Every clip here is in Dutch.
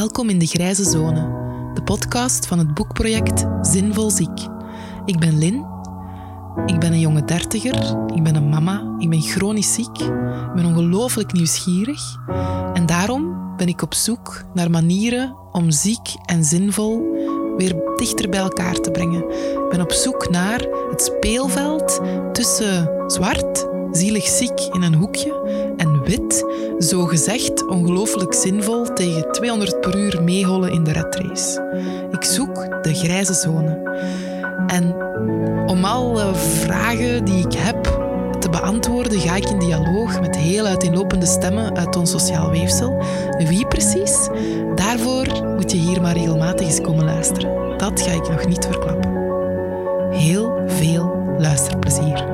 Welkom in de Grijze Zone, de podcast van het boekproject Zinvol Ziek. Ik ben Lynn, ik ben een jonge dertiger, ik ben een mama, ik ben chronisch ziek, ik ben ongelooflijk nieuwsgierig en daarom ben ik op zoek naar manieren om ziek en zinvol weer dichter bij elkaar te brengen. Ik ben op zoek naar het speelveld tussen zwart, zielig ziek in een hoekje, en wit, zogezegd ongelooflijk zinvol tegen 200 per uur meehollen in de redrace. Ik zoek de grijze zone. En om alle vragen die ik heb te beantwoorden, ga ik in dialoog met heel uiteenlopende stemmen uit ons sociaal weefsel. Wie precies? Daarvoor moet je hier maar regelmatig eens komen luisteren. Dat ga ik nog niet verklappen. Heel veel luisterplezier.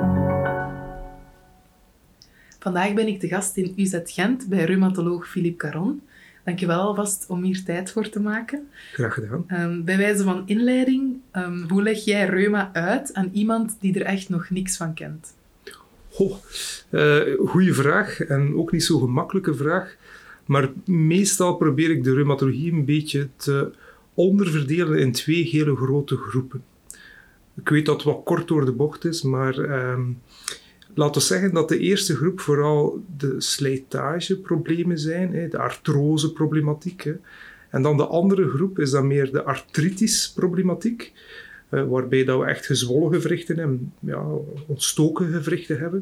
Vandaag ben ik te gast in UZ Gent bij reumatoloog Philippe Caron. Dankjewel alvast om hier tijd voor te maken. Graag gedaan. Bij wijze van inleiding, hoe leg jij reuma uit aan iemand die er echt nog niks van kent? Goeie vraag en ook niet zo gemakkelijke vraag. Maar meestal probeer ik de reumatologie een beetje te onderverdelen in 2 hele grote groepen. Ik weet dat het wat kort door de bocht is, maar laten we zeggen dat de eerste groep vooral de slijtageproblemen zijn, de artroseproblematiek. En dan de andere groep is dan meer de artritisproblematiek, waarbij dat we echt gezwollen gewrichten en ontstoken gewrichten hebben.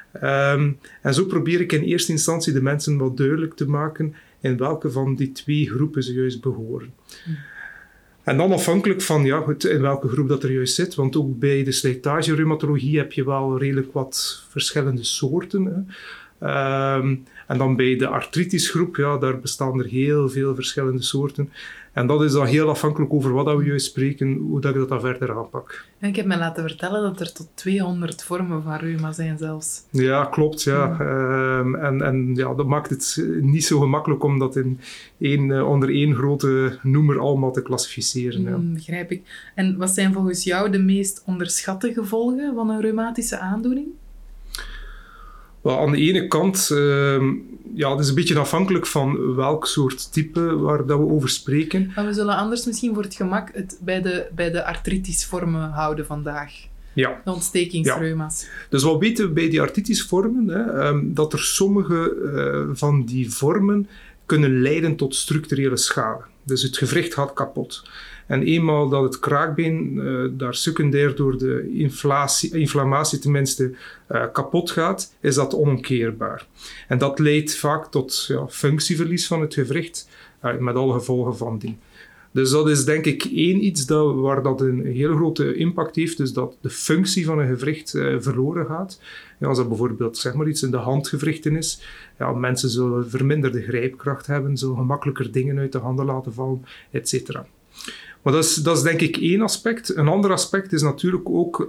En zo probeer ik in eerste instantie de mensen wat duidelijk te maken in welke van die 2 groepen ze juist behoren. En dan afhankelijk van in welke groep dat er juist zit, want ook bij de slijtage-reumatologie heb je wel redelijk wat verschillende soorten. En dan bij de artritisgroep, daar bestaan er heel veel verschillende soorten. En dat is dan heel afhankelijk over wat we juist spreken, hoe dat ik dat dan verder aanpak. En ik heb me laten vertellen dat er tot 200 vormen van reuma zijn zelfs. Ja, klopt. Ja. En dat maakt het niet zo gemakkelijk om dat onder één grote noemer allemaal te klassificeren. Begrijp ik. En wat zijn volgens jou de meest onderschatte gevolgen van een reumatische aandoening? Wel, aan de ene kant, het is een beetje afhankelijk van welk soort type waar dat we over spreken. Maar we zullen anders misschien voor het gemak het bij de artritisvormen houden vandaag. Ja. De ontstekingsreuma's. Ja. Dus wat weten we bij die artritisvormen? Dat er sommige van die vormen kunnen leiden tot structurele schade. Dus het gewricht gaat kapot. En eenmaal dat het kraakbeen daar secundair door de inflammatie tenminste kapot gaat, is dat onomkeerbaar. En dat leidt vaak tot functieverlies van het gewricht, met alle gevolgen van dien. Dus dat is denk ik iets waar dat een hele grote impact heeft, dus dat de functie van een gewricht verloren gaat. Als dat bijvoorbeeld zeg maar iets in de handgewrichten is, mensen zullen verminderde grijpkracht hebben, zullen gemakkelijker dingen uit de handen laten vallen, etc. Maar dat is denk ik 1 aspect. Een ander aspect is natuurlijk ook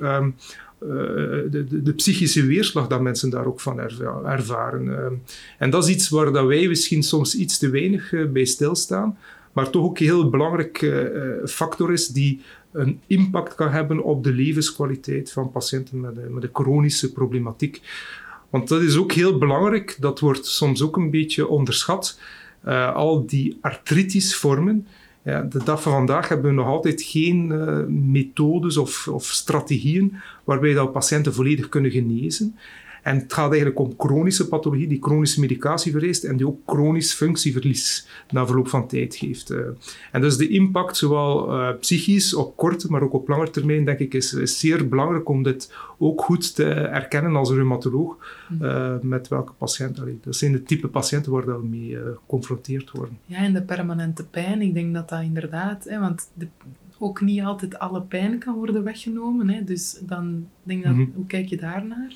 de psychische weerslag dat mensen daar ook van ervaren. En dat is iets waar dat wij misschien soms iets te weinig bij stilstaan, maar toch ook een heel belangrijk factor is die een impact kan hebben op de levenskwaliteit van patiënten met een chronische problematiek. Want dat is ook heel belangrijk, dat wordt soms ook een beetje onderschat. Al die artritisvormen, de dag van vandaag hebben we nog altijd geen methodes of strategieën waarbij dat patiënten volledig kunnen genezen. En het gaat eigenlijk om chronische pathologie die chronische medicatie vereist en die ook chronisch functieverlies na verloop van tijd geeft. En dus de impact, zowel psychisch op korte, maar ook op lange termijn, denk ik, is zeer belangrijk om dit ook goed te erkennen als reumatoloog. Met welke patiënten. Dat zijn de type patiënten waar we mee geconfronteerd worden. Ja, en de permanente pijn, ik denk dat inderdaad, want ook niet altijd alle pijn kan worden weggenomen. Dus dan denk ik hoe kijk je daarnaar?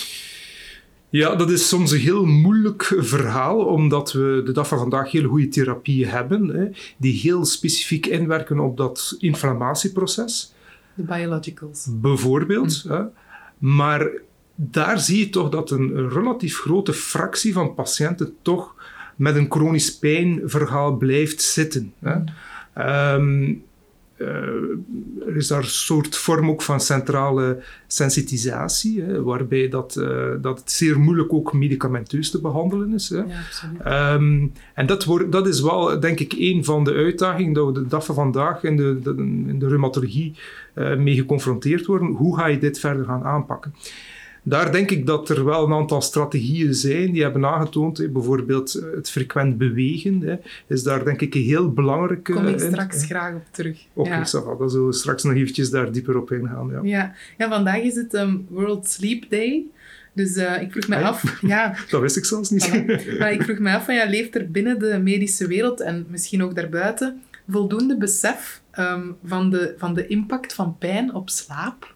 Ja, dat is soms een heel moeilijk verhaal, omdat we de dag van vandaag heel goede therapieën hebben, die heel specifiek inwerken op dat inflammatieproces. De biologicals. Bijvoorbeeld. Maar daar zie je toch dat een relatief grote fractie van patiënten toch met een chronisch pijnverhaal blijft zitten. er is daar een soort vorm ook van centrale sensitisatie, waarbij dat het zeer moeilijk ook medicamenteus te behandelen is. Ja, absoluut. En dat is wel, denk ik, een van de uitdagingen dat we de dag van vandaag in de reumatologie mee geconfronteerd worden. Hoe ga je dit verder gaan aanpakken? Daar denk ik dat er wel een aantal strategieën zijn die hebben aangetoond. Bijvoorbeeld het frequent bewegen is daar denk ik een heel belangrijke... Kom ik straks graag op terug. Oké, dan zullen we straks nog eventjes daar dieper op ingaan. Ja, vandaag is het World Sleep Day. Dus ik vroeg me af... Ja, dat wist ik zelfs niet. Maar ik vroeg me af, leeft er binnen de medische wereld en misschien ook daarbuiten voldoende besef van de impact van pijn op slaap?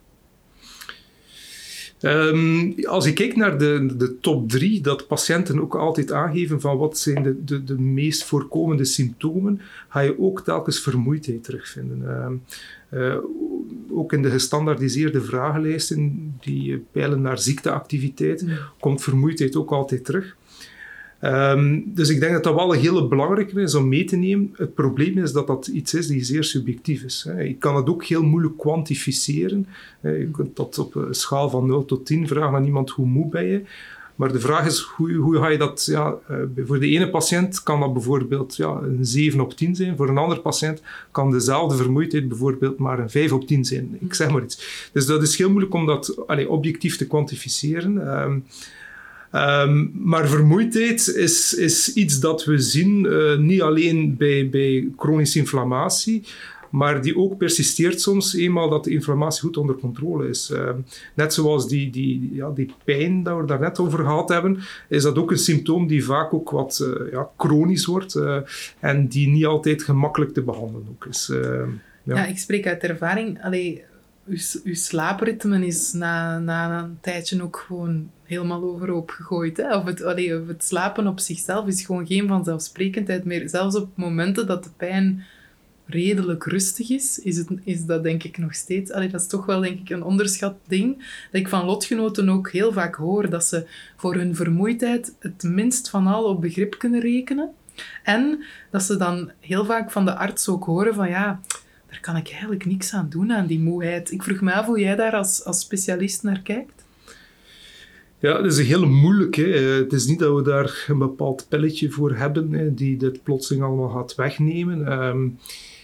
Als je kijkt naar de top 3, dat patiënten ook altijd aangeven van wat zijn de meest voorkomende symptomen, ga je ook telkens vermoeidheid terugvinden. Ook in de gestandaardiseerde vragenlijsten die peilen naar ziekteactiviteit, komt vermoeidheid ook altijd terug. Dus ik denk dat dat wel een hele belangrijke is om mee te nemen. Het probleem is dat dat iets is die zeer subjectief is. Je kan het ook heel moeilijk kwantificeren. Je kunt dat op een schaal van 0 tot 10 vragen aan iemand hoe moe ben je. Maar de vraag is, hoe ga je dat... voor de ene patiënt kan dat bijvoorbeeld een 7 op 10 zijn. Voor een andere patiënt kan dezelfde vermoeidheid bijvoorbeeld maar een 5 op 10 zijn. Ik zeg maar iets. Dus dat is heel moeilijk om dat objectief te kwantificeren. Maar vermoeidheid is iets dat we zien, niet alleen bij chronische inflammatie, maar die ook persisteert soms eenmaal dat de inflammatie goed onder controle is. Net zoals die pijn dat we daar net over gehad hebben, is dat ook een symptoom die vaak ook wat chronisch wordt en die niet altijd gemakkelijk te behandelen ook is. Ik spreek uit ervaring. Uw slaapritme is na een tijdje ook gewoon helemaal overhoop gegooid. Hè? Of het slapen op zichzelf is gewoon geen vanzelfsprekendheid meer. Zelfs op momenten dat de pijn redelijk rustig is dat denk ik nog steeds... dat is toch wel denk ik een onderschat ding. Dat ik van lotgenoten ook heel vaak hoor dat ze voor hun vermoeidheid het minst van al op begrip kunnen rekenen. En dat ze dan heel vaak van de arts ook horen van daar kan ik eigenlijk niks aan doen, aan die moeheid. Ik vroeg me af hoe jij daar als specialist naar kijkt. Ja, dat is een hele moeilijke. Het is niet dat we daar een bepaald pilletje voor hebben die dit plotseling allemaal gaat wegnemen.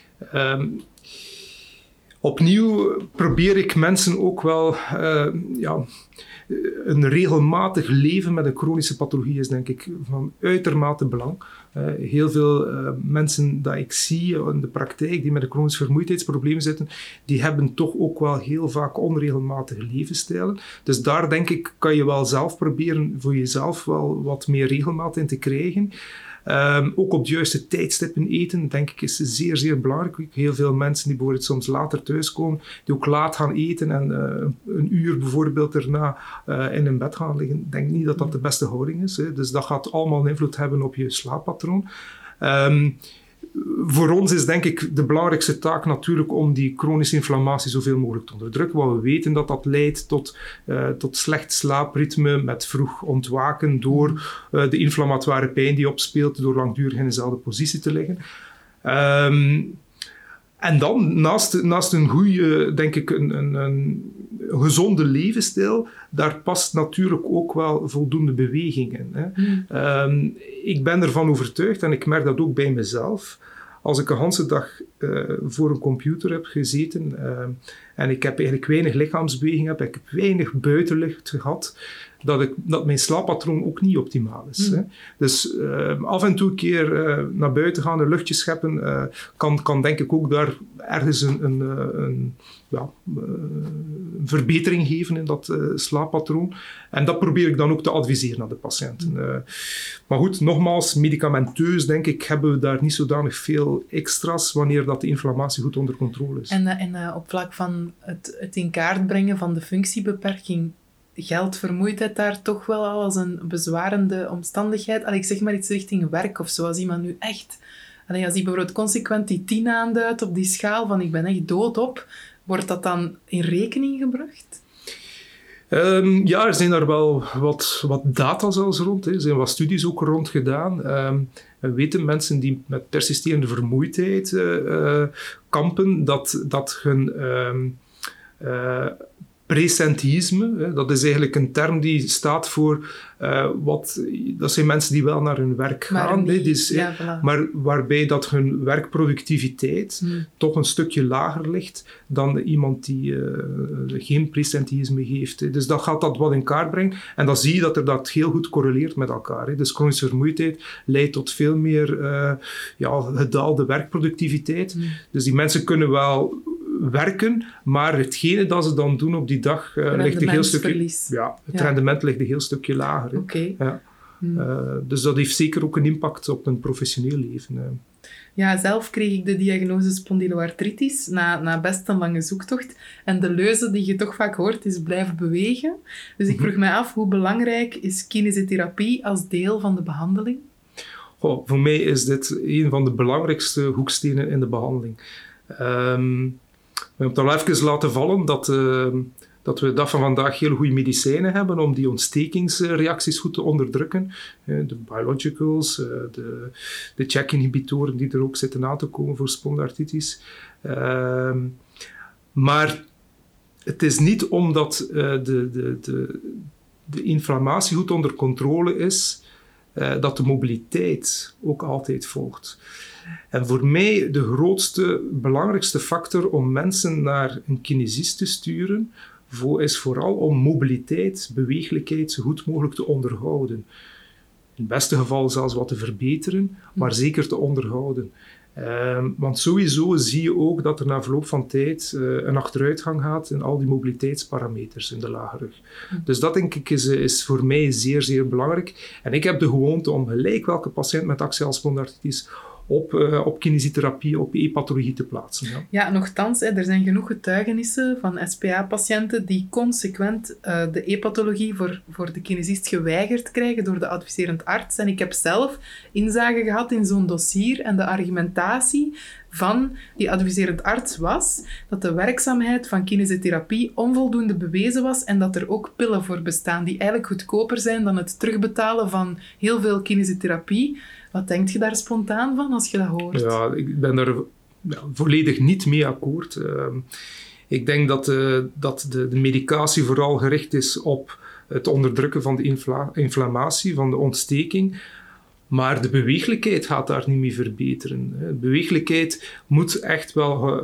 Opnieuw probeer ik mensen ook wel... een regelmatig leven met een chronische pathologie is denk ik van uitermate belang. Heel veel mensen dat ik zie in de praktijk die met een chronische vermoeidheidsprobleem zitten, die hebben toch ook wel heel vaak onregelmatige levensstijlen. Dus daar denk ik kan je wel zelf proberen voor jezelf wel wat meer regelmaat in te krijgen. Ook op de juiste tijdstippen eten, denk ik, is zeer, zeer belangrijk. Heel veel mensen die bijvoorbeeld soms later thuiskomen, die ook laat gaan eten en een uur bijvoorbeeld erna in hun bed gaan liggen. Ik denk niet dat dat de beste houding is. Dus dat gaat allemaal een invloed hebben op je slaappatroon. Voor ons is denk ik de belangrijkste taak natuurlijk om die chronische inflammatie zoveel mogelijk te onderdrukken. Want we weten dat dat leidt tot slecht slaapritme met vroeg ontwaken door de inflammatoire pijn die opspeelt door langdurig in dezelfde positie te liggen. En dan, naast een goede, denk ik, een gezonde levensstijl, daar past natuurlijk ook wel voldoende beweging in. Ik ben ervan overtuigd, en ik merk dat ook bij mezelf, als ik een hele dag voor een computer heb gezeten en ik heb eigenlijk weinig lichaamsbeweging, ik heb weinig buitenlicht gehad, dat mijn slaappatroon ook niet optimaal is. Dus af en toe een keer naar buiten gaan, een luchtje scheppen, kan denk ik ook daar ergens een verbetering geven in dat slaappatroon. En dat probeer ik dan ook te adviseren aan de patiënten. Maar goed, nogmaals, medicamenteus denk ik hebben we daar niet zodanig veel extra's wanneer dat de inflammatie goed onder controle is. En op vlak van het in kaart brengen van de functiebeperking, geldt vermoeidheid daar toch wel al als een bezwarende omstandigheid? Ik zeg maar iets richting werk of zo. Als iemand nu echt... als die bijvoorbeeld consequent die 10 aanduidt op die schaal van ik ben echt doodop, wordt dat dan in rekening gebracht? Ja, er zijn daar wel wat data zelfs rond. Er zijn wat studies ook rond gedaan. We weten mensen die met persisterende vermoeidheid kampen, dat hun presenteïsme, dat is eigenlijk een term die staat voor dat zijn mensen die wel naar hun werk gaan, maar waarbij dat hun werkproductiviteit toch een stukje lager ligt dan iemand die geen presenteïsme heeft. Dus dat gaat dat wat in kaart brengen en dan zie je dat heel goed correleert met elkaar. Dus chronische vermoeidheid leidt tot veel meer gedaalde werkproductiviteit. Dus die mensen kunnen wel werken, maar hetgene dat ze dan doen op die dag ligt een heel stukje... Het rendement ligt een heel stukje lager. Okay. Ja. Dus dat heeft zeker ook een impact op een professioneel leven. Ja, zelf kreeg ik de diagnose spondyloartritis na best een lange zoektocht. En de leuze die je toch vaak hoort is blijven bewegen. Dus ik vroeg mij af, hoe belangrijk is kinesiotherapie als deel van de behandeling? Voor mij is dit een van de belangrijkste hoekstenen in de behandeling. We hebben het al even laten vallen dat we de dag van vandaag heel goede medicijnen hebben om die ontstekingsreacties goed te onderdrukken. De biologicals, de check-inhibitoren die er ook zitten aan te komen voor spondylartritis. Maar het is niet omdat de inflammatie goed onder controle is, dat de mobiliteit ook altijd volgt. En voor mij de grootste, belangrijkste factor om mensen naar een kinesist te sturen, is vooral om mobiliteit, beweeglijkheid zo goed mogelijk te onderhouden. In het beste geval zelfs wat te verbeteren, maar zeker te onderhouden. Want sowieso zie je ook dat er na verloop van tijd een achteruitgang gaat in al die mobiliteitsparameters in de lage rug. Dus dat denk ik is voor mij zeer, zeer belangrijk. En ik heb de gewoonte om gelijk welke patiënt met axiale spondylartritis op kinesiotherapie, op e-pathologie te plaatsen. Ja, nochtans, er zijn genoeg getuigenissen van SPA-patiënten die consequent de e-pathologie voor de kinesist geweigerd krijgen door de adviserend arts. En ik heb zelf inzage gehad in zo'n dossier en de argumentatie van die adviserend arts was dat de werkzaamheid van kinesiotherapie onvoldoende bewezen was en dat er ook pillen voor bestaan die eigenlijk goedkoper zijn dan het terugbetalen van heel veel kinesiotherapie. Wat denk je daar spontaan van als je dat hoort? Ja, ik ben daar volledig niet mee akkoord. Ik denk dat de medicatie vooral gericht is op het onderdrukken van de inflammatie, van de ontsteking. Maar de beweeglijkheid gaat daar niet mee verbeteren. De beweeglijkheid moet echt wel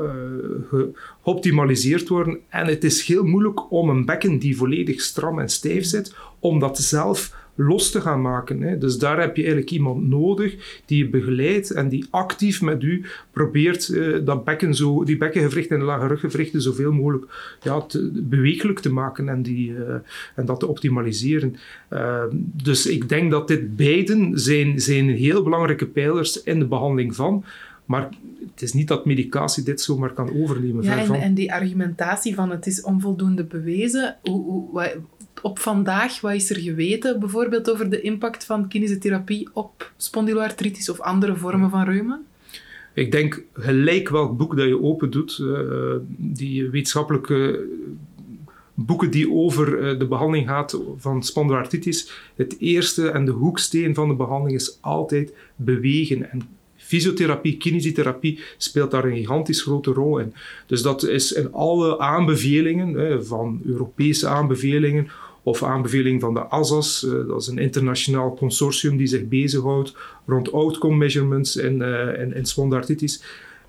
geoptimaliseerd worden. En het is heel moeilijk om een bekken die volledig stram en stijf zit, om dat zelf los te gaan maken. Dus daar heb je eigenlijk iemand nodig die je begeleidt en die actief met u probeert die bekkengewrichten en de lage ruggewrichten zoveel mogelijk beweeglijk te maken en dat te optimaliseren. Dus ik denk dat dit beiden zijn heel belangrijke pijlers in de behandeling van. Maar het is niet dat medicatie dit zomaar kan overnemen. Ja, en die argumentatie van het is onvoldoende bewezen. Op vandaag, wat is er geweten bijvoorbeeld over de impact van kinesiotherapie op spondyloartritis of andere vormen van reuma? Ik denk, gelijk welk boek dat je open doet, die wetenschappelijke boeken die over de behandeling gaat van spondyloartritis, het eerste en de hoeksteen van de behandeling is altijd bewegen. En fysiotherapie, kinesiotherapie speelt daar een gigantisch grote rol in. Dus dat is in alle aanbevelingen, van Europese aanbevelingen of aanbeveling van de ASAS, dat is een internationaal consortium die zich bezighoudt rond outcome measurements in spondylartritis.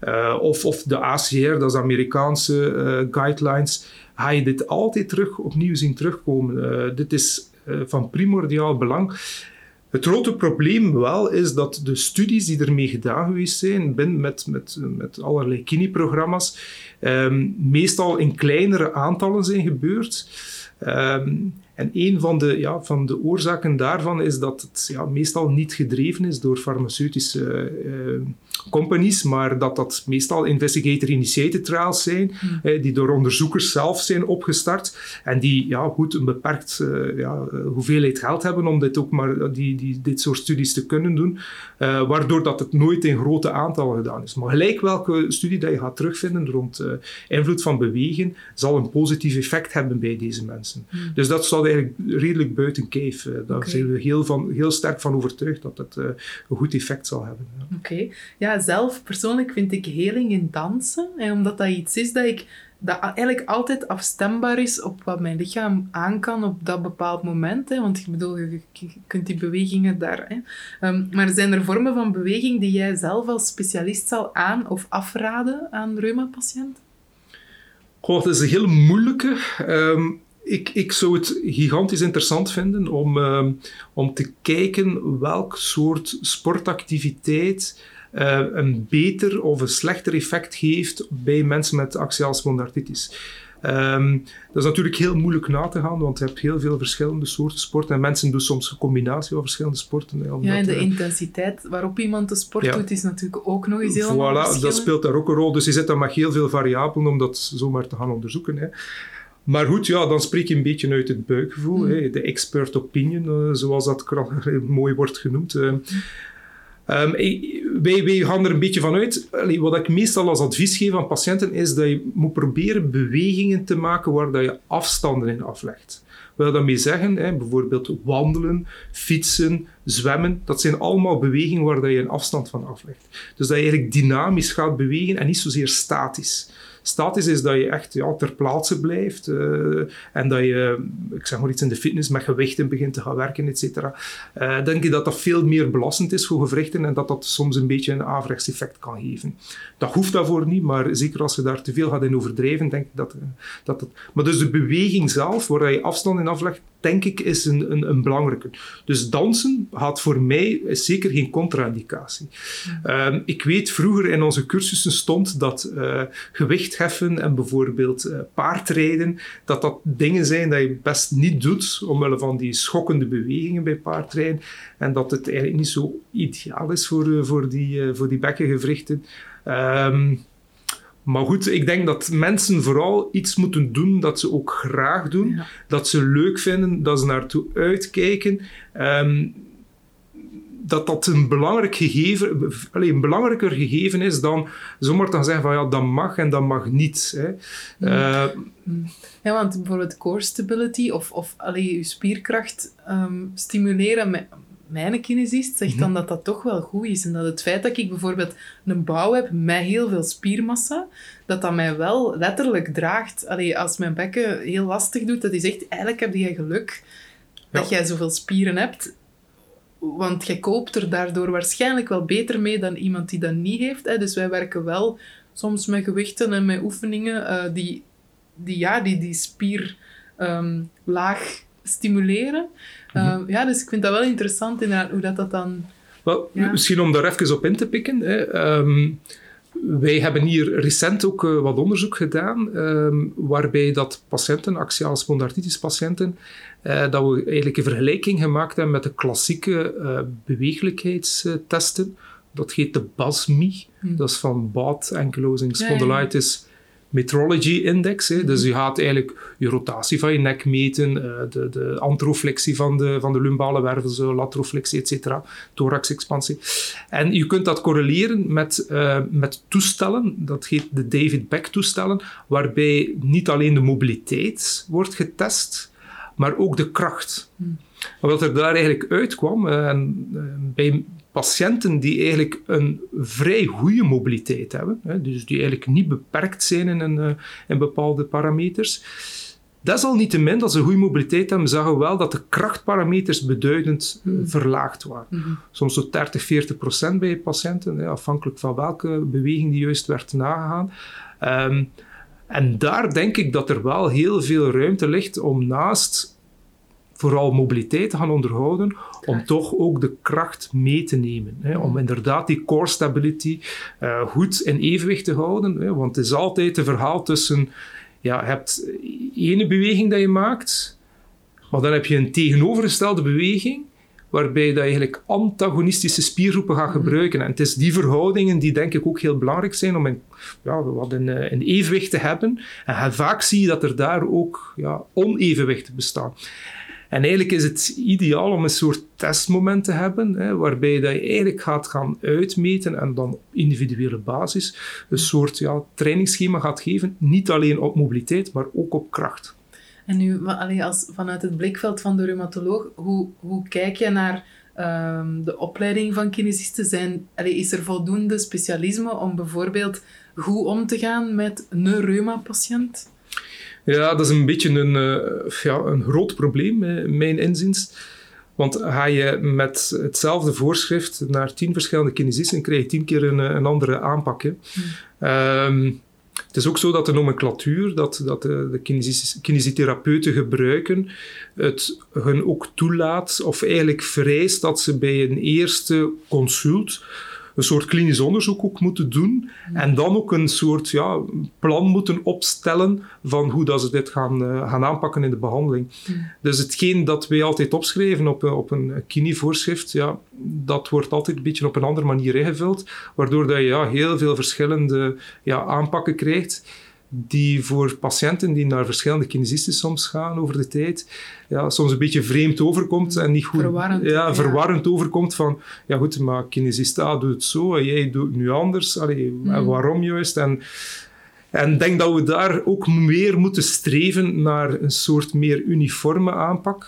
Of de ACR, dat is de Amerikaanse guidelines, ga je dit altijd opnieuw zien terugkomen. Dit is van primordiaal belang. Het grote probleem wel is dat de studies die ermee gedaan geweest zijn, met allerlei kine-programma's, meestal in kleinere aantallen zijn gebeurd. En een van de oorzaken daarvan is dat het meestal niet gedreven is door farmaceutische companies, maar dat meestal investigator-initiated trials zijn, die door onderzoekers zelf zijn opgestart en die een beperkt hoeveelheid geld hebben om dit ook maar dit soort studies te kunnen doen, waardoor dat het nooit in grote aantallen gedaan is. Maar gelijk welke studie dat je gaat terugvinden rond invloed van bewegen, zal een positief effect hebben bij deze mensen. Dus dat staat eigenlijk redelijk buiten kijf. Daar zijn we heel sterk van overtuigd dat het een goed effect zal hebben. Ja. Oké. Ja, zelf persoonlijk vind ik heling in dansen, omdat dat iets is dat eigenlijk altijd afstembaar is op wat mijn lichaam aan kan op dat bepaald moment. Want ik bedoel, je kunt die bewegingen daar... maar zijn er vormen van beweging die jij zelf als specialist zal aan- of afraden aan reuma-patiënten? Dat is een heel moeilijke. Ik zou het gigantisch interessant vinden om te kijken welk soort sportactiviteit een beter of een slechter effect geeft bij mensen met axiaal spondylartritis. Dat is natuurlijk heel moeilijk na te gaan, want je hebt heel veel verschillende soorten sporten en mensen doen soms een combinatie van verschillende sporten. En de intensiteit waarop iemand de sport doet is natuurlijk ook nog eens heel verschillend. Dat speelt daar ook een rol. Dus je zit dan met heel veel variabelen om dat zomaar te gaan onderzoeken. Hè. Maar goed, dan spreek je een beetje uit het buikgevoel. De expert opinion, zoals dat mooi wordt genoemd. Wij gaan er een beetje van uit. Wat ik meestal als advies geef aan patiënten is dat je moet proberen bewegingen te maken waar dat je afstanden in aflegt. Wat wil daarmee zeggen? Bijvoorbeeld wandelen, fietsen, zwemmen. Dat zijn allemaal bewegingen waar dat je een afstand van aflegt. Dus dat je eigenlijk dynamisch gaat bewegen en niet zozeer statisch. Statisch is dat je echt ter plaatse blijft en dat je, ik zeg maar iets in de fitness, met gewichten begint te gaan werken, et cetera. Denk ik dat dat veel meer belastend is voor gewrichten en dat soms een beetje een averechts effect kan geven. Dat hoeft daarvoor niet, maar zeker als je daar te veel gaat in overdrijven, denk ik dat. Maar dus de beweging zelf, waar je afstand in aflegt, denk ik, is een belangrijke. Dus dansen gaat voor mij is zeker geen contra-indicatie. Ik weet, vroeger in onze cursussen stond dat gewichtheffen en bijvoorbeeld paardrijden, dat dingen zijn dat je best niet doet, omwille van die schokkende bewegingen bij paardrijden, en dat het eigenlijk niet zo ideaal is voor die bekkengewrichten. Maar goed, ik denk dat mensen vooral iets moeten doen dat ze ook graag doen, dat ze leuk vinden, dat ze naartoe uitkijken. Dat een belangrijk gegeven, een belangrijker gegeven is dan zomaar te zeggen van dat mag en dat mag niet. Hè. Want bijvoorbeeld core stability of je spierkracht stimuleren. Mijn kinesist zegt dan dat toch wel goed is. En dat het feit dat ik bijvoorbeeld een bouw heb met heel veel spiermassa, dat mij wel letterlijk draagt. Als mijn bekken heel lastig doet, dat is echt, eigenlijk heb je geluk dat jij zoveel spieren hebt. Want jij koopt er daardoor waarschijnlijk wel beter mee dan iemand die dat niet heeft. Dus wij werken wel soms met gewichten en met oefeningen die spierlaag stimuleren. Dus ik vind dat wel interessant inderdaad, hoe dat dan... Misschien om daar even op in te pikken. Wij hebben hier recent ook wat onderzoek gedaan, waarbij dat patiënten, axiaal spondylartritis patiënten, dat we eigenlijk een vergelijking gemaakt hebben met de klassieke beweeglijkheidstesten. Dat heet de BASMI. Dat is van Bad Ankylosing Spondylitis Metrology Index. Dus je gaat eigenlijk je rotatie van je nek meten, de antroflexie van de lumbale wervelzoo, lateroflexie, etc., thoraxexpansie. En je kunt dat correleren met toestellen, dat heet de David Beck-toestellen, waarbij niet alleen de mobiliteit wordt getest, maar ook de kracht. Wat er daar eigenlijk uitkwam, bij patiënten die eigenlijk een vrij goede mobiliteit hebben, dus die eigenlijk niet beperkt zijn in bepaalde parameters, desalniettemin dat ze goede mobiliteit hebben, zagen we wel dat de krachtparameters beduidend verlaagd waren. Soms tot 30-40% bij patiënten, afhankelijk van welke beweging die juist werd nagegaan. En daar denk ik dat er wel heel veel ruimte ligt om naast vooral mobiliteit te gaan onderhouden, om toch ook de kracht mee te nemen. Om inderdaad die core stability goed in evenwicht te houden. Want het is altijd een verhaal tussen, je hebt ene beweging dat je maakt, Maar dan heb je een tegenovergestelde beweging, waarbij je eigenlijk antagonistische spiergroepen gaat gebruiken. En het is die verhoudingen die denk ik ook heel belangrijk zijn om een evenwicht te hebben. En vaak zie je dat er daar ook onevenwichten bestaan. En eigenlijk is het ideaal om een soort testmoment te hebben, waarbij dat je eigenlijk gaat gaan uitmeten en dan op individuele basis een soort trainingsschema gaat geven. Niet alleen op mobiliteit, maar ook op kracht. En nu, vanuit het blikveld van de reumatoloog, hoe kijk je naar de opleiding van kinesisten? Is er voldoende specialisme om bijvoorbeeld goed om te gaan met een reuma-patiënt? Ja, dat is een beetje een groot probleem, mijn inziens. Want ga je met hetzelfde voorschrift naar 10 verschillende kinesisten, krijg je 10 keer een andere aanpak. Het is ook zo dat de nomenclatuur dat de kinesitherapeuten gebruiken, het hun ook toelaat of eigenlijk vereist dat ze bij een eerste consult een soort klinisch onderzoek ook moeten doen en dan ook een soort plan moeten opstellen van hoe dat ze dit gaan aanpakken in de behandeling. Dus hetgeen dat wij altijd opschrijven op een kine-voorschrift, dat wordt altijd een beetje op een andere manier ingevuld, waardoor dat je heel veel verschillende aanpakken krijgt die voor patiënten die naar verschillende kinesisten soms gaan over de tijd, soms een beetje vreemd overkomt en niet goed verwarrend overkomt van, goed, maar kinesist A doet het zo en jij doet het nu anders. En waarom juist? En ik denk dat we daar ook meer moeten streven naar een soort meer uniforme aanpak,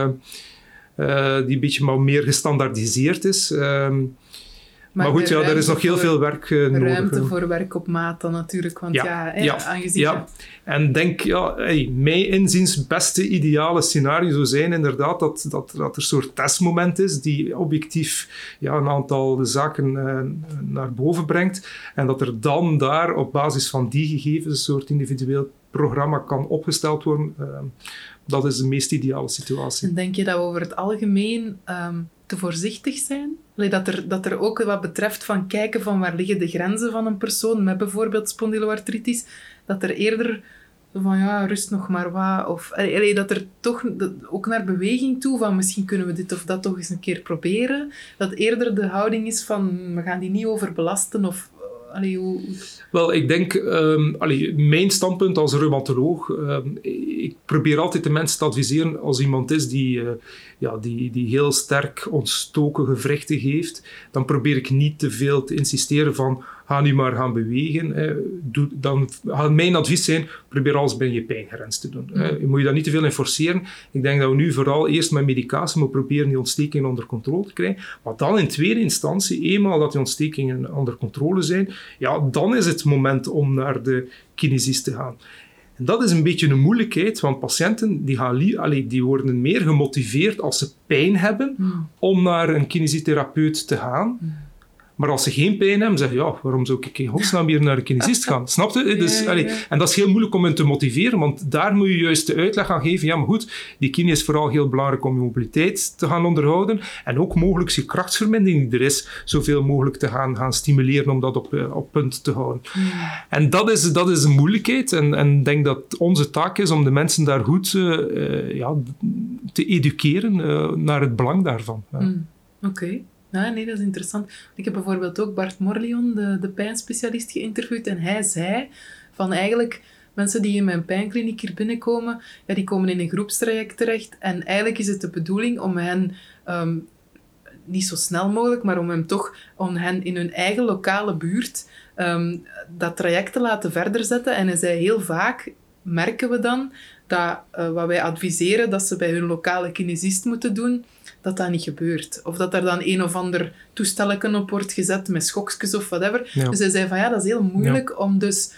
die een beetje meer gestandaardiseerd is. Maar goed, er is nog heel veel werk nodig. Ruimte voor werk op maat dan natuurlijk, want aangezien... Ja, en denk, mijn inziens beste ideale scenario zou zijn inderdaad dat er een soort testmoment is die objectief een aantal zaken naar boven brengt en dat er dan daar op basis van die gegevens een soort individueel programma kan opgesteld worden. Dat is de meest ideale situatie. En denk je dat we over het algemeen te voorzichtig zijn? Dat er ook wat betreft van kijken van waar liggen de grenzen van een persoon met bijvoorbeeld spondyloartritis, dat er eerder van rust nog maar wat, of dat er toch ook naar beweging toe van misschien kunnen we dit of dat toch eens een keer proberen, dat eerder de houding is van we gaan die niet overbelasten of... Wel, ik denk, mijn standpunt als reumatoloog, ik probeer altijd de mensen te adviseren als iemand is die heel sterk ontstoken gewrichten heeft, dan probeer ik niet te veel te insisteren van ga nu maar gaan bewegen. Dan gaat mijn advies zijn, probeer alles binnen je pijngrens te doen. Je moet je daar niet te veel in forceren. Ik denk dat we nu vooral eerst met medicatie moeten proberen die ontstekingen onder controle te krijgen. Maar dan in tweede instantie, eenmaal dat die ontstekingen onder controle zijn, dan is het moment om naar de kinesist te gaan. En dat is een beetje een moeilijkheid, want patiënten die worden meer gemotiveerd als ze pijn hebben om naar een kinesitherapeut te gaan. Maar als ze geen pijn hebben, zeggen ze, waarom zou ik in godsnaam hier naar de kinesist gaan? Snap je? Dus, en dat is heel moeilijk om hen te motiveren, want daar moet je juist de uitleg aan geven. Ja, maar goed, die kine is vooral heel belangrijk om je mobiliteit te gaan onderhouden en ook mogelijk je krachtsvermindering die er is, zoveel mogelijk te gaan stimuleren om dat op punt te houden. En dat is een moeilijkheid en ik denk dat onze taak is om de mensen daar goed te educeren naar het belang daarvan. Oké. Ja, nee, dat is interessant. Ik heb bijvoorbeeld ook Bart Morlion, de pijnspecialist, geïnterviewd. En hij zei van eigenlijk mensen die in mijn pijnkliniek hier binnenkomen, die komen in een groepstraject terecht. En eigenlijk is het de bedoeling om hen, niet zo snel mogelijk, maar om hen in hun eigen lokale buurt dat traject te laten verder zetten. En hij zei heel vaak merken we dan dat wat wij adviseren dat ze bij hun lokale kinesist moeten doen, dat niet gebeurt. Of dat er dan een of ander toestelletje op wordt gezet met schokjes of whatever. Ja. Dus hij zei van dat is heel moeilijk om dus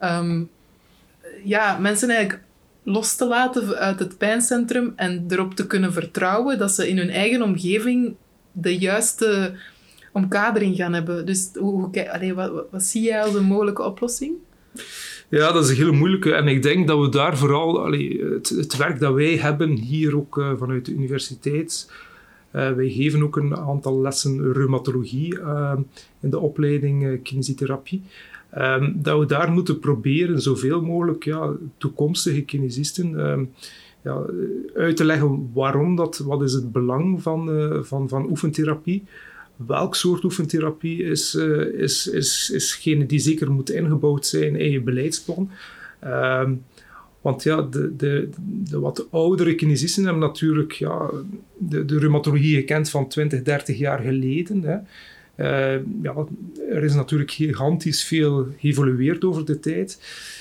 mensen eigenlijk los te laten uit het pijncentrum en erop te kunnen vertrouwen dat ze in hun eigen omgeving de juiste omkadering gaan hebben. Dus wat zie jij als een mogelijke oplossing? Ja, dat is een hele moeilijke. En ik denk dat we daar vooral... het werk dat wij hebben hier ook vanuit de universiteit... wij geven ook een aantal lessen reumatologie in de opleiding kinesitherapie. Dat we daar moeten proberen zoveel mogelijk toekomstige kinesisten uit te leggen waarom wat is het belang van oefentherapie. Welk soort oefentherapie is geen die zeker moet ingebouwd zijn in je beleidsplan. Want de wat oudere kinesisten hebben natuurlijk de reumatologie gekend van 20, 30 jaar geleden. Hè. Er is natuurlijk gigantisch veel geëvolueerd over de tijd.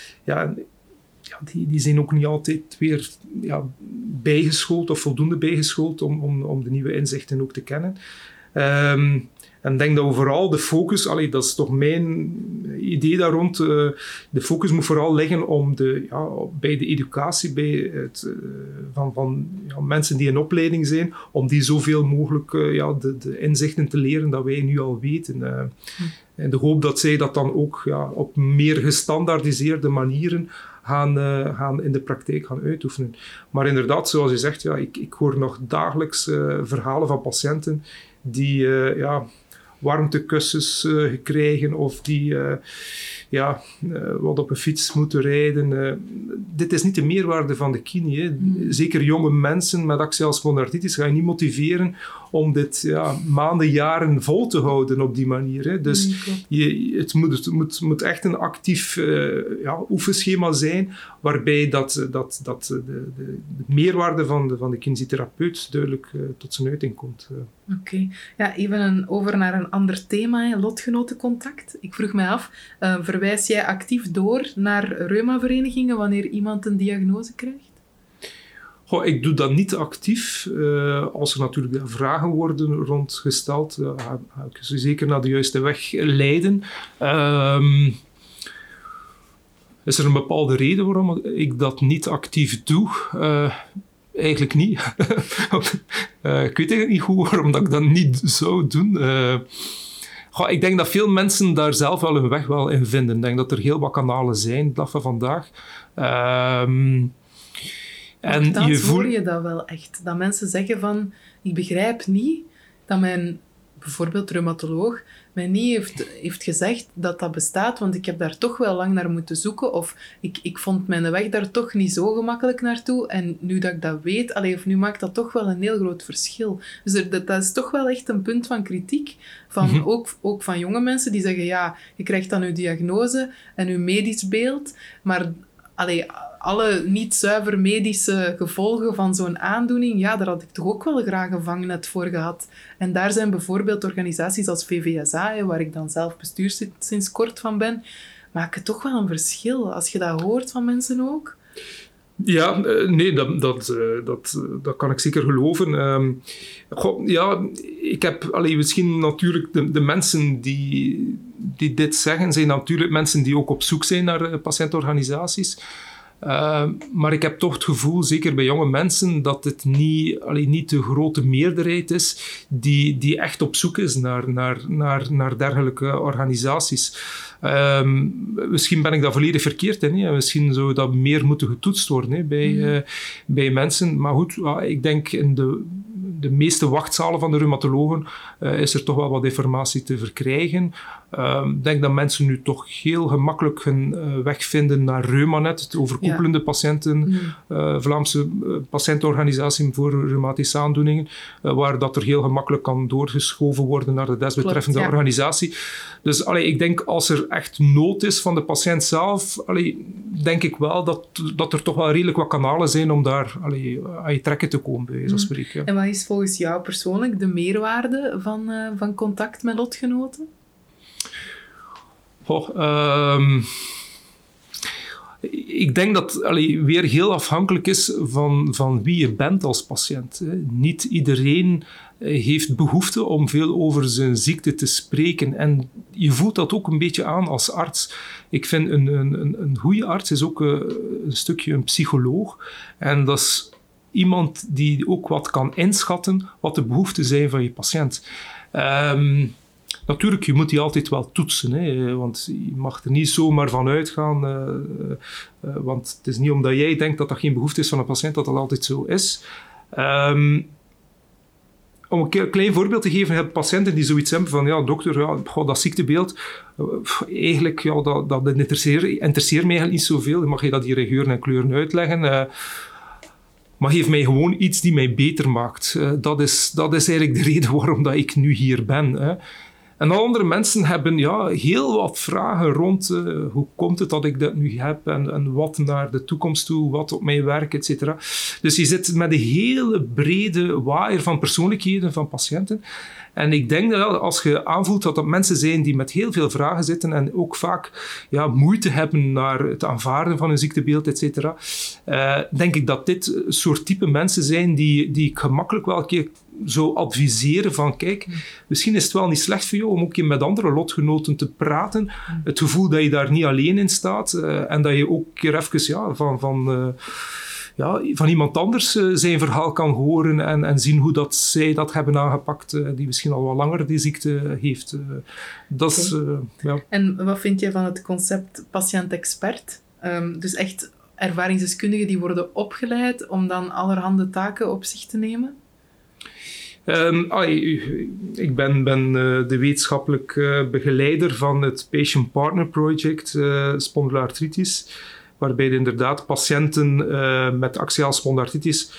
Die zijn ook niet altijd weer bijgeschoold of voldoende bijgeschoold om de nieuwe inzichten ook te kennen. En ik denk dat we vooral de focus, dat is toch mijn idee daar rond, de focus moet vooral liggen bij de educatie van mensen die in opleiding zijn, om die zoveel mogelijk de inzichten te leren dat wij nu al weten. En de hoop dat zij dat dan ook op meer gestandaardiseerde manieren gaan in de praktijk gaan uitoefenen. Maar inderdaad, zoals je zegt, ik hoor nog dagelijks verhalen van patiënten die warmtekussens krijgen of die wat op een fiets moeten rijden. Dit is niet de meerwaarde van de kine. Hè. Zeker jonge mensen met axiale spondylartritis ga je niet motiveren om dit maanden, jaren vol te houden op die manier. Hè. Dus het moet echt een actief oefenschema zijn waarbij de meerwaarde van de kinesitherapeut duidelijk tot zijn uiting komt. Oké. Ja, even over naar een ander thema, lotgenotencontact. Ik vroeg mij af, verwijs jij actief door naar reumaverenigingen wanneer iemand een diagnose krijgt? Ik doe dat niet actief. Als er natuurlijk vragen worden rondgesteld, ga ik ze zeker naar de juiste weg leiden. Is er een bepaalde reden waarom ik dat niet actief doe? Eigenlijk niet. Ik weet eigenlijk niet goed waarom dat ik dat niet zou doen. Ik denk dat veel mensen daar zelf wel hun weg in vinden. Ik denk dat er heel wat kanalen zijn de dag van vandaag. En hoor je dat wel echt? Dat mensen zeggen van, ik begrijp niet dat mijn, bijvoorbeeld reumatoloog, mij niet heeft gezegd dat dat bestaat, want ik heb daar toch wel lang naar moeten zoeken, of ik vond mijn weg daar toch niet zo gemakkelijk naartoe, en nu dat ik dat weet, of nu maakt dat toch wel een heel groot verschil. Dus dat is toch wel echt een punt van kritiek, van ook van jonge mensen die zeggen, je krijgt dan uw diagnose en uw medisch beeld, maar alle niet zuiver medische gevolgen van zo'n aandoening, daar had ik toch ook wel graag een vangnet voor gehad. En daar zijn bijvoorbeeld organisaties als VVSA, waar ik dan zelf bestuur sinds kort van ben, maken toch wel een verschil, als je dat hoort van mensen ook. Ja, nee, dat kan ik zeker geloven. Ik heb misschien natuurlijk de mensen die dit zeggen, zijn natuurlijk mensen die ook op zoek zijn naar patiëntenorganisaties. Maar ik heb toch het gevoel, zeker bij jonge mensen, dat het niet de grote meerderheid is die echt op zoek is naar dergelijke organisaties. Misschien ben ik daar volledig verkeerd in. Hè. Misschien zou dat meer moeten getoetst worden bij mensen. Maar goed, ik denk in de meeste wachtzalen van de reumatologen is er toch wel wat informatie te verkrijgen. Ik denk dat mensen nu toch heel gemakkelijk hun weg vinden naar Reumanet, het overkoepelende patiënten, Vlaamse patiëntenorganisatie voor reumatische aandoeningen, waar dat er heel gemakkelijk kan doorgeschoven worden naar de desbetreffende organisatie. Dus ik denk als er echt nood is van de patiënt zelf, denk ik wel dat er toch wel redelijk wat kanalen zijn om daar aan je trekken te komen, bij wijze van spreken. En wat is volgens jou persoonlijk de meerwaarde van contact met lotgenoten? Ik denk dat weer heel afhankelijk is van wie je bent als patiënt. Hè. Niet iedereen heeft behoefte om veel over zijn ziekte te spreken. En je voelt dat ook een beetje aan als arts. Ik vind een goede arts is ook een stukje een psycholoog. En dat is iemand die ook wat kan inschatten wat de behoeften zijn van je patiënt. Natuurlijk, je moet die altijd wel toetsen, hè, want je mag er niet zomaar van uitgaan. Want het is niet omdat jij denkt dat dat geen behoefte is van een patiënt, dat dat altijd zo is. Om een klein voorbeeld te geven, je hebt patiënten die zoiets hebben van, dokter, dat ziektebeeld, eigenlijk, dat interesseert mij eigenlijk niet zoveel. Dan mag je dat hier in geuren en kleuren uitleggen. maar geef mij gewoon iets die mij beter maakt. Dat is eigenlijk de reden waarom dat ik nu hier ben. Hè. En andere mensen hebben heel wat vragen rond hoe komt het dat ik dat nu heb en wat naar de toekomst toe, wat op mijn werk, etc. Dus je zit met een hele brede waaier van persoonlijkheden van patiënten. En ik denk dat als je aanvoelt dat mensen zijn die met heel veel vragen zitten en ook vaak moeite hebben naar het aanvaarden van een ziektebeeld, etc., denk ik dat dit een soort type mensen zijn die ik gemakkelijk wel een keer zou adviseren van kijk, misschien is het wel niet slecht voor jou om ook met andere lotgenoten te praten. Het gevoel dat je daar niet alleen in staat en dat je ook een keer even van iemand anders zijn verhaal kan horen en zien hoe dat zij dat hebben aangepakt, die misschien al wat langer die ziekte heeft. En wat vind je van het concept patiënt-expert? Dus echt ervaringsdeskundigen die worden opgeleid om dan allerhande taken op zich te nemen? Ik ben de wetenschappelijk begeleider van het Patient Partner Project spondylartritis, waarbij inderdaad patiënten met axiaal spondylartritis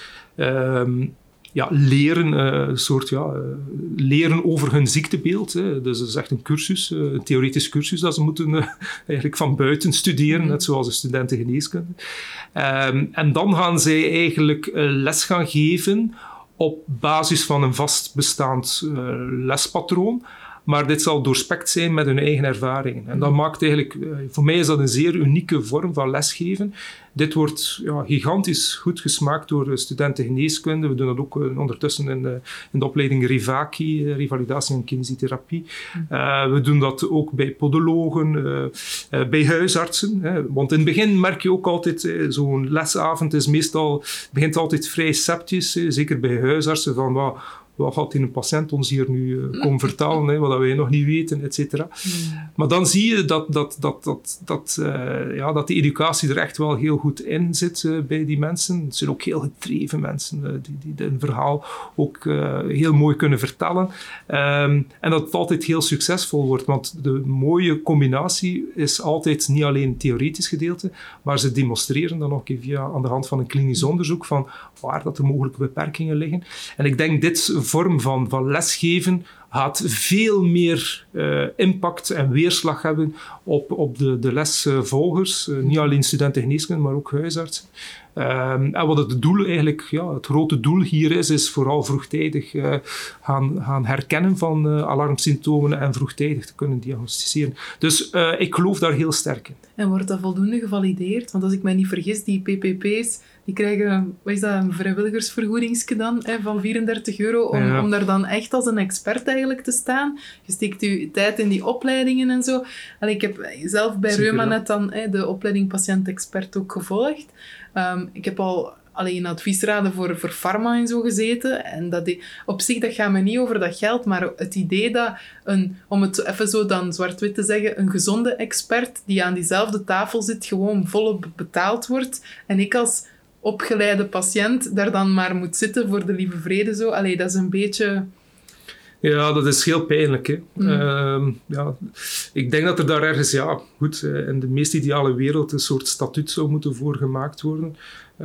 leren over hun ziektebeeld. Hè. Dus dat is echt een cursus, een theoretisch cursus dat ze moeten eigenlijk van buiten studeren, net zoals de studenten geneeskunde. En dan gaan zij eigenlijk les gaan geven op basis van een vast bestaand lespatroon. Maar dit zal doorspekt zijn met hun eigen ervaringen. En dat maakt eigenlijk, voor mij is dat een zeer unieke vorm van lesgeven. Dit wordt gigantisch goed gesmaakt door studenten geneeskunde. We doen dat ook ondertussen in de opleiding Rivaki, revalidatie en kinesietherapie. We doen dat ook bij podologen, bij huisartsen. Want in het begin merk je ook altijd, zo'n lesavond begint altijd vrij sceptisch. Zeker bij huisartsen van wat gaat een patiënt ons hier nu komen vertalen, wat wij nog niet weten, et cetera. Maar dan zie je dat die educatie er echt wel heel goed in zit bij die mensen. Het zijn ook heel gedreven mensen die een verhaal ook heel mooi kunnen vertellen. En dat het altijd heel succesvol wordt, want de mooie combinatie is altijd niet alleen het theoretisch gedeelte, maar ze demonstreren dan ook aan de hand van een klinisch onderzoek van waar dat er mogelijke beperkingen liggen. En ik denk dit vorm van lesgeven gaat veel meer impact en weerslag hebben op de lesvolgers. Niet alleen studenten geneeskunde, maar ook huisartsen. En wat het doel eigenlijk, het grote doel hier is vooral vroegtijdig gaan herkennen van alarmsymptomen en vroegtijdig te kunnen diagnosticeren. Dus ik geloof daar heel sterk in. En wordt dat voldoende gevalideerd? Want als ik mij niet vergis, die PPP's, die krijgen, wat is dat, een vrijwilligersvergoedingsje dan, van €34 om daar dan echt als een expert eigenlijk te staan. Je steekt je tijd in die opleidingen en zo. Ik heb zelf bij Reuma net dan de opleiding patiënt-expert ook gevolgd. Ik heb al een adviesraden voor pharma en zo gezeten. En op zich, dat gaat me niet over dat geld, maar het idee dat, om het even zo dan zwart-wit te zeggen, een gezonde expert die aan diezelfde tafel zit, gewoon volop betaald wordt. En ik als opgeleide patiënt daar dan maar moet zitten voor de lieve vrede. Zo. Dat is een beetje... Ja, dat is heel pijnlijk. Hè. Ik denk dat er daar ergens, in de meest ideale wereld een soort statuut zou moeten voor gemaakt worden.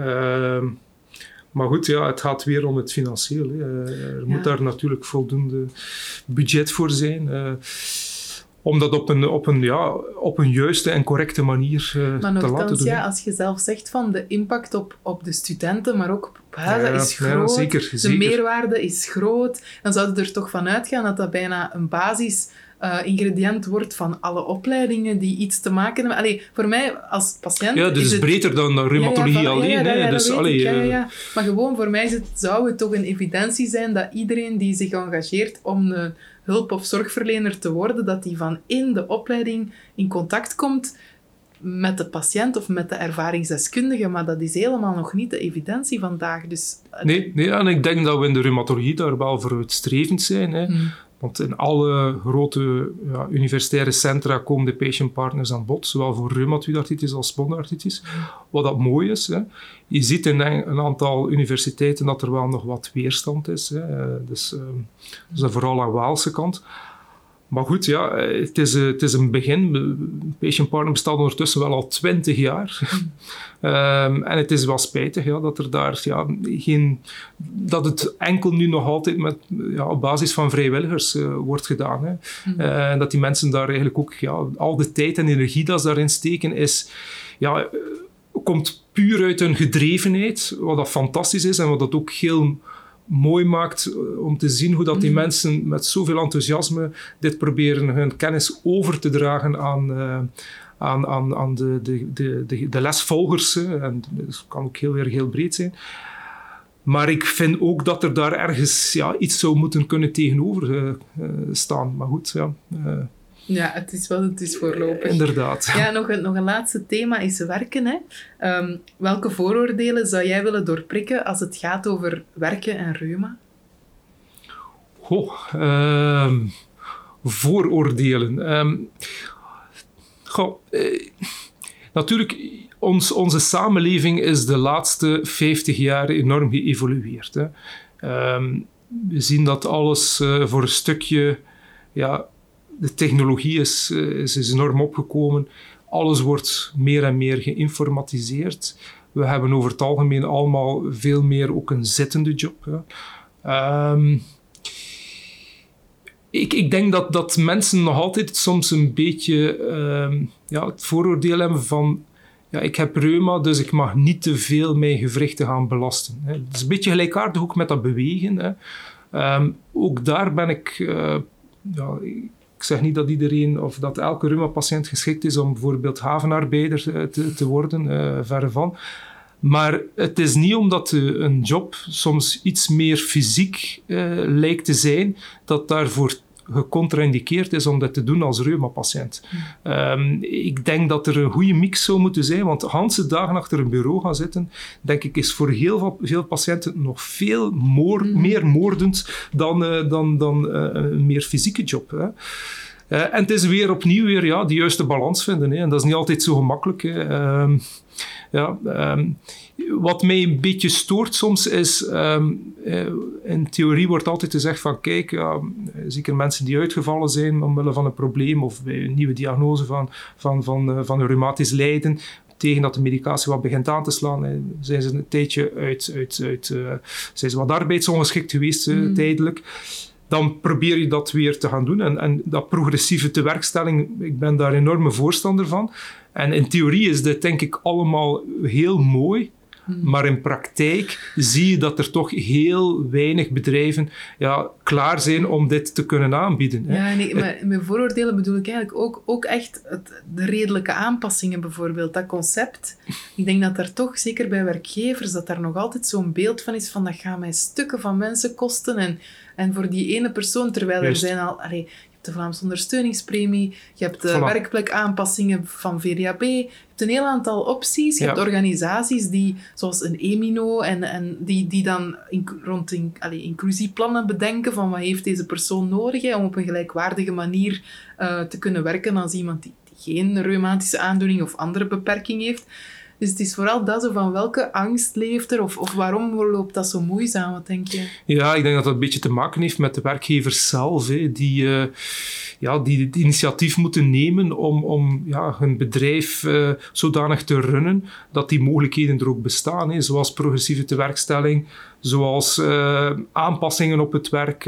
Maar goed, het gaat weer om het financieel. Hè. Er moet daar natuurlijk voldoende budget voor zijn. Om dat op een juiste en correcte manier te laten doen. Ja, als je zelf zegt van de impact op de studenten, maar ook op dat is groot. Zeker. De meerwaarde is groot. Dan zouden we er toch van uitgaan dat bijna een basis ingrediënt wordt van alle opleidingen die iets te maken hebben. Voor mij als patiënt... Ja, dus is het breder dan reumatologie alleen. Maar gewoon voor mij zou het toch een evidentie zijn dat iedereen die zich engageert om een hulp- of zorgverlener te worden, dat die van in de opleiding in contact komt met de patiënt of met de ervaringsdeskundige, maar dat is helemaal nog niet de evidentie vandaag. Dus, Nee, en ik denk dat we in de reumatologie daar wel vooruitstrevend zijn. Hè. Want in alle grote universitaire centra komen de patient partners aan bod, zowel voor reumatoïde artritis als spondylartritis. Wat dat mooi is. Hè. Je ziet in een aantal universiteiten dat er wel nog wat weerstand is. Hè. Dus vooral aan de Waalse kant. Maar goed, ja, het is een begin. Patient Partner bestaat ondertussen wel al 20 jaar. En het is wel spijtig dat er daar dat het enkel nu nog altijd op basis van vrijwilligers wordt gedaan. Hè. En dat die mensen daar eigenlijk ook al de tijd en energie dat ze daarin steken komt puur uit hun gedrevenheid, wat dat fantastisch is en wat dat ook heel mooi maakt om te zien hoe dat die mensen met zoveel enthousiasme dit proberen hun kennis over te dragen aan de lesvolgers. En dat kan ook heel breed zijn. Maar ik vind ook dat er daar ergens iets zou moeten kunnen tegenover staan. Maar goed, ja, het is wat het is voorlopig. Inderdaad. Ja, nog een laatste thema is werken. Hè. Welke vooroordelen zou jij willen doorprikken als het gaat over werken en reuma? Vooroordelen. Natuurlijk, onze samenleving is de laatste 50 jaar enorm geëvolueerd. Hè. We zien dat alles voor een stukje... de technologie is enorm opgekomen. Alles wordt meer en meer geïnformatiseerd. We hebben over het algemeen allemaal veel meer ook een zittende job. Ik denk dat mensen nog altijd soms een beetje het vooroordeel hebben van... ik heb reuma, dus ik mag niet te veel mijn gewrichten gaan belasten. Hè. Het is een beetje gelijkaardig ook met dat bewegen. Hè. Ook daar ben ik... Ik zeg niet dat iedereen of dat elke reuma-patiënt geschikt is om bijvoorbeeld havenarbeider te worden, verre van. Maar het is niet omdat een job soms iets meer fysiek lijkt te zijn, dat daarvoor gecontra-indiceerd is om dat te doen als reuma-patiënt. Ik denk dat er een goede mix zou moeten zijn, want de hele dagen achter een bureau gaan zitten, denk ik, is voor heel veel patiënten nog veel meer moordend dan een meer fysieke job. Hè. En het is weer opnieuw de juiste balans vinden. Hè. En dat is niet altijd zo gemakkelijk. Hè. Wat mij een beetje stoort soms is, in theorie wordt altijd gezegd van kijk, zeker mensen die uitgevallen zijn omwille van een probleem of bij een nieuwe diagnose van een reumatisch lijden, tegen dat de medicatie wat begint aan te slaan, zijn ze een tijdje zijn ze wat arbeidsongeschikt geweest tijdelijk. Dan probeer je dat weer te gaan doen. En dat progressieve tewerkstelling, ik ben daar enorme voorstander van. En in theorie is dit denk ik allemaal heel mooi. Maar in praktijk zie je dat er toch heel weinig bedrijven klaar zijn om dit te kunnen aanbieden. Hè. Ja, nee, maar met vooroordelen bedoel ik eigenlijk ook echt de redelijke aanpassingen bijvoorbeeld. Dat concept. Ik denk dat daar toch, zeker bij werkgevers, dat daar nog altijd zo'n beeld van is van dat gaat mij stukken van mensen kosten en voor die ene persoon, terwijl er zijn al... je hebt de Vlaamse ondersteuningspremie, je hebt de werkplekaanpassingen van VDAB, je hebt een heel aantal opties. Je hebt organisaties die, zoals een EMINO, en die dan rond inclusieplannen bedenken van wat heeft deze persoon nodig om op een gelijkwaardige manier te kunnen werken als iemand die geen reumatische aandoening of andere beperking heeft. Dus het is vooral dat, zo van welke angst leeft er of waarom loopt dat zo moeizaam, wat denk je? Ja, ik denk dat dat een beetje te maken heeft met de werkgevers zelf, die het initiatief moeten nemen om hun bedrijf zodanig te runnen dat die mogelijkheden er ook bestaan, zoals progressieve tewerkstelling, zoals aanpassingen op het werk.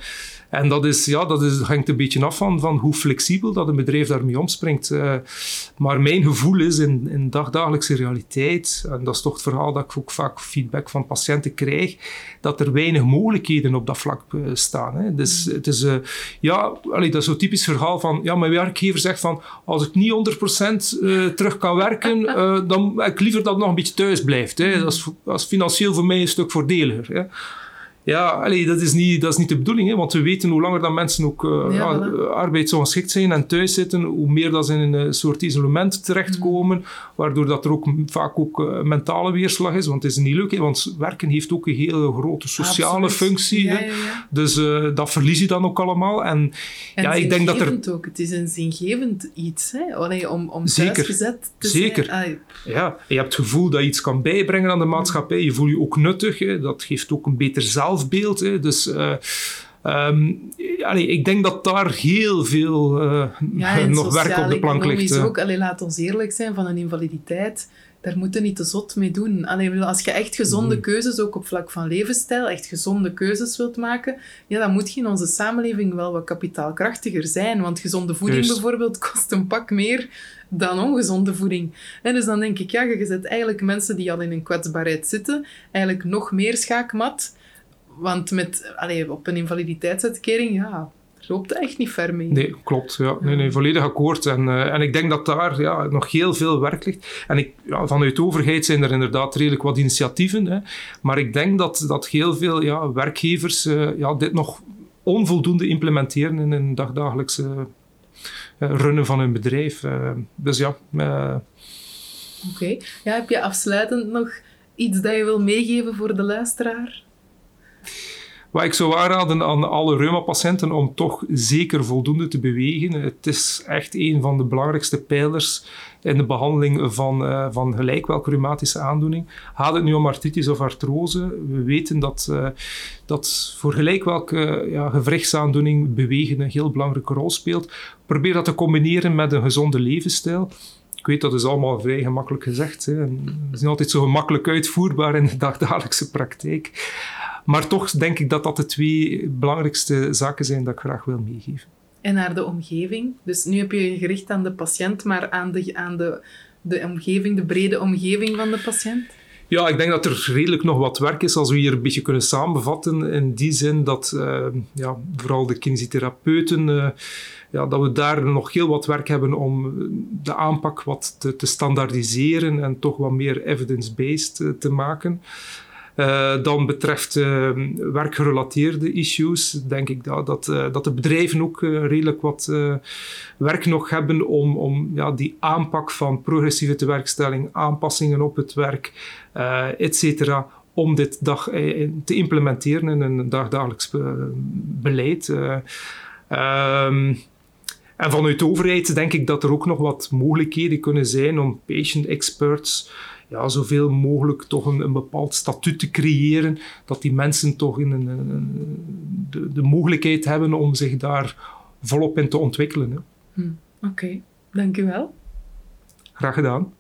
En dat hangt een beetje af van hoe flexibel dat een bedrijf daarmee omspringt. Maar mijn gevoel is in dagdagelijkse realiteit, en dat is toch het verhaal dat ik ook vaak feedback van patiënten krijg, dat er weinig mogelijkheden op dat vlak staan. Hè. Dus het is, dat is zo'n typisch verhaal van, mijn werkgever zegt van, als ik niet 100% terug kan werken, dan heb ik liever dat het nog een beetje thuis blijft. Hè. Dat is financieel voor mij een stuk voordeliger. Hè. Ja, dat is niet de bedoeling, hè, want we weten hoe langer dat mensen ook arbeidsongeschikt zijn en thuis zitten, hoe meer dat ze in een soort isolement terechtkomen, waardoor dat er ook vaak ook mentale weerslag is, want het is niet leuk, hè, want werken heeft ook een hele grote sociale functie. Ja, ja. Dus dat verlies je dan ook allemaal. En ik denk dat er... ook. Het is een zingevend iets, hè? Om thuisgezet te zijn. Ja, je hebt het gevoel dat je iets kan bijbrengen aan de maatschappij, je voelt je ook nuttig, hè. Dat geeft ook een beter zelfbeeld. Hè. Dus Ik denk dat daar heel veel nog werk op de plank ligt. Ook, laat ons eerlijk zijn, van een invaliditeit, daar moeten niet te zot mee doen. Als je echt gezonde keuzes, ook op vlak van levensstijl, echt gezonde keuzes wilt maken, dan moet je in onze samenleving wel wat kapitaalkrachtiger zijn. Want gezonde voeding bijvoorbeeld kost een pak meer dan ongezonde voeding. En dus dan denk ik, je zet eigenlijk mensen die al in een kwetsbaarheid zitten, eigenlijk nog meer schaakmat. Want op een invaliditeitsuitkering, loopt het echt niet ver mee. Nee, klopt. Ja. Nee, volledig akkoord. En ik denk dat daar nog heel veel werk ligt. En vanuit de overheid zijn er inderdaad redelijk wat initiatieven. Hè. Maar ik denk dat heel veel werkgevers dit nog onvoldoende implementeren in hun dagdagelijkse runnen van hun bedrijf. Oké. Heb je afsluitend nog iets dat je wil meegeven voor de luisteraar? Wat ik zou aanraden aan alle reuma-patiënten om toch zeker voldoende te bewegen. Het is echt een van de belangrijkste pijlers in de behandeling van gelijk welke reumatische aandoening. Gaat het nu om artritis of artrose? We weten dat voor gelijk welke gewrichtsaandoening bewegen een heel belangrijke rol speelt. Probeer dat te combineren met een gezonde levensstijl. Ik weet, dat is allemaal vrij gemakkelijk gezegd. Hè. En het is niet altijd zo gemakkelijk uitvoerbaar in de dagdagelijkse praktijk. Maar toch denk ik dat dat de 2 belangrijkste zaken zijn dat ik graag wil meegeven. En naar de omgeving. Dus nu heb je gericht aan de patiënt, maar aan de omgeving, de brede omgeving van de patiënt? Ja, ik denk dat er redelijk nog wat werk is als we hier een beetje kunnen samenvatten. In die zin dat vooral de kinesitherapeuten, dat we daar nog heel wat werk hebben om de aanpak wat te standaardiseren en toch wat meer evidence-based te maken. Dan betreft werkgerelateerde issues, denk ik dat de bedrijven ook redelijk wat werk nog hebben om die aanpak van progressieve tewerkstelling, aanpassingen op het werk, etc., om dit te implementeren in een dagdagelijks beleid. En vanuit de overheid denk ik dat er ook nog wat mogelijkheden kunnen zijn om patient experts zoveel mogelijk toch een bepaald statuut te creëren, dat die mensen toch de mogelijkheid hebben om zich daar volop in te ontwikkelen. Oké, dank u wel. Graag gedaan.